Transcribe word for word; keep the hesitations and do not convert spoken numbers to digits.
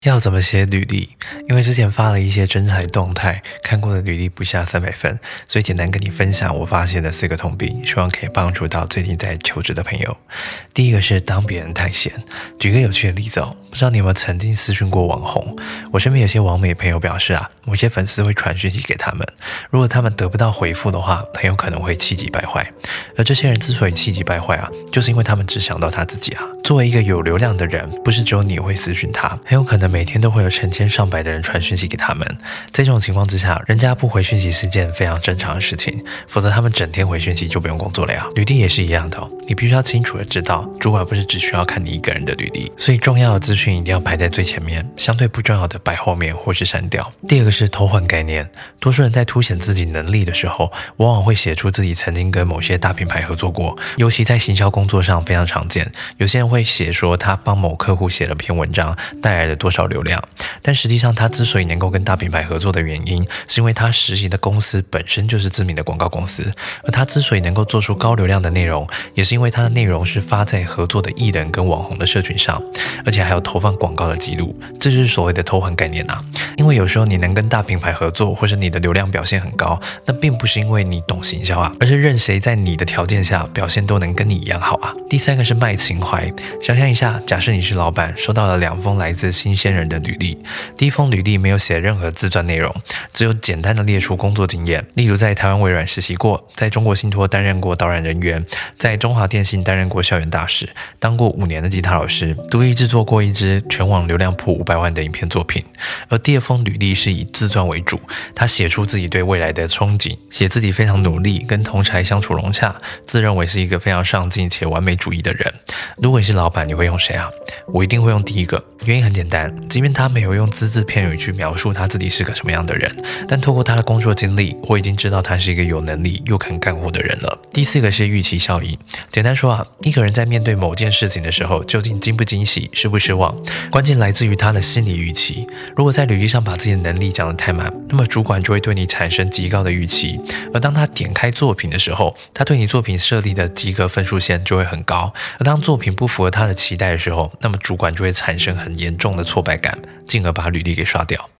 要怎么写履历？因为之前发了一些征才动态，看过的履历不下三百分，所以简单跟你分享我发现的四个通病，希望可以帮助到最近在求职的朋友。第一个是当别人太闲。举个有趣的例子哦，不知道你有没有曾经私讯过网红？我身边有些网美朋友表示啊，某些粉丝会传讯息给他们，如果他们得不到回复的话，很有可能会气急败坏。而这些人之所以气急败坏啊，就是因为他们只想到他自己啊。作为一个有流量的人，不是只有你会私讯他，很有可能每天都会有成千上百的人传讯息给他们。在这种情况之下，人家不回讯息是件非常正常的事情，否则他们整天回讯息就不用工作了呀。履历也是一样的哦，你必须要清楚的知道，主管不是只需要看你一个人的履历，所以重要的资讯一定要排在最前面，相对不重要的摆后面或是删掉。第二个是偷换概念，多数人在凸显自己能力的时候，往往会写出自己曾经跟某些大品牌合作过，尤其在行销工作上非常常见。有些人会写说他帮某客户写了篇文章，带来了多少流量，但实际上他之所以能够跟大品牌合作的原因，是因为他实习的公司本身就是知名的广告公司，而他之所以能够做出高流量的内容，也是因为他的内容是发在合作的艺人跟网红的社群上，而且还有投放广告的记录，这就是所谓的偷换概念啊。因为有时候你能跟大品牌合作，或是你的流量表现很高，那并不是因为你懂行销啊，而是任谁在你的条件下表现都能跟你一样好啊。第三个是卖情怀。想象一下，假设你是老板，收到了两封来自新鲜人的履历，第一封履历没有写任何自传内容，只有简单的列出工作经验，例如在台湾微软实习过，在中国信托担任过导览人员，在中华电信担任过校园大使，当过五年的吉他老师，独立制作过一支全网流量破五百万的影片作品。而第二封履历是以自传为主，他写出自己对未来的憧憬，写自己非常努力，跟同侪相处融洽，自认为是一个非常上进且完美主义的人。如果你是老板，你会用谁啊？我一定会用第一个，原因很简单，即便他没有用只字片语去描述他自己是个什么样的人，但透过他的工作经历，我已经知道他是一个有能力又肯干活的人了。第四个是预期效应。简单说啊，一个人在面对某件事情的时候，究竟惊不惊喜，失不失望，关键来自于他的心理预期。如果在履历上把自己的能力讲得太满，那么主管就会对你产生极高的预期，而当他点开作品的时候，他对你作品设立的及格分数线就会很高，而当作品不符合他的期待的时候，那么主管就会产生很严重的挫败感，进而把履历给刷掉。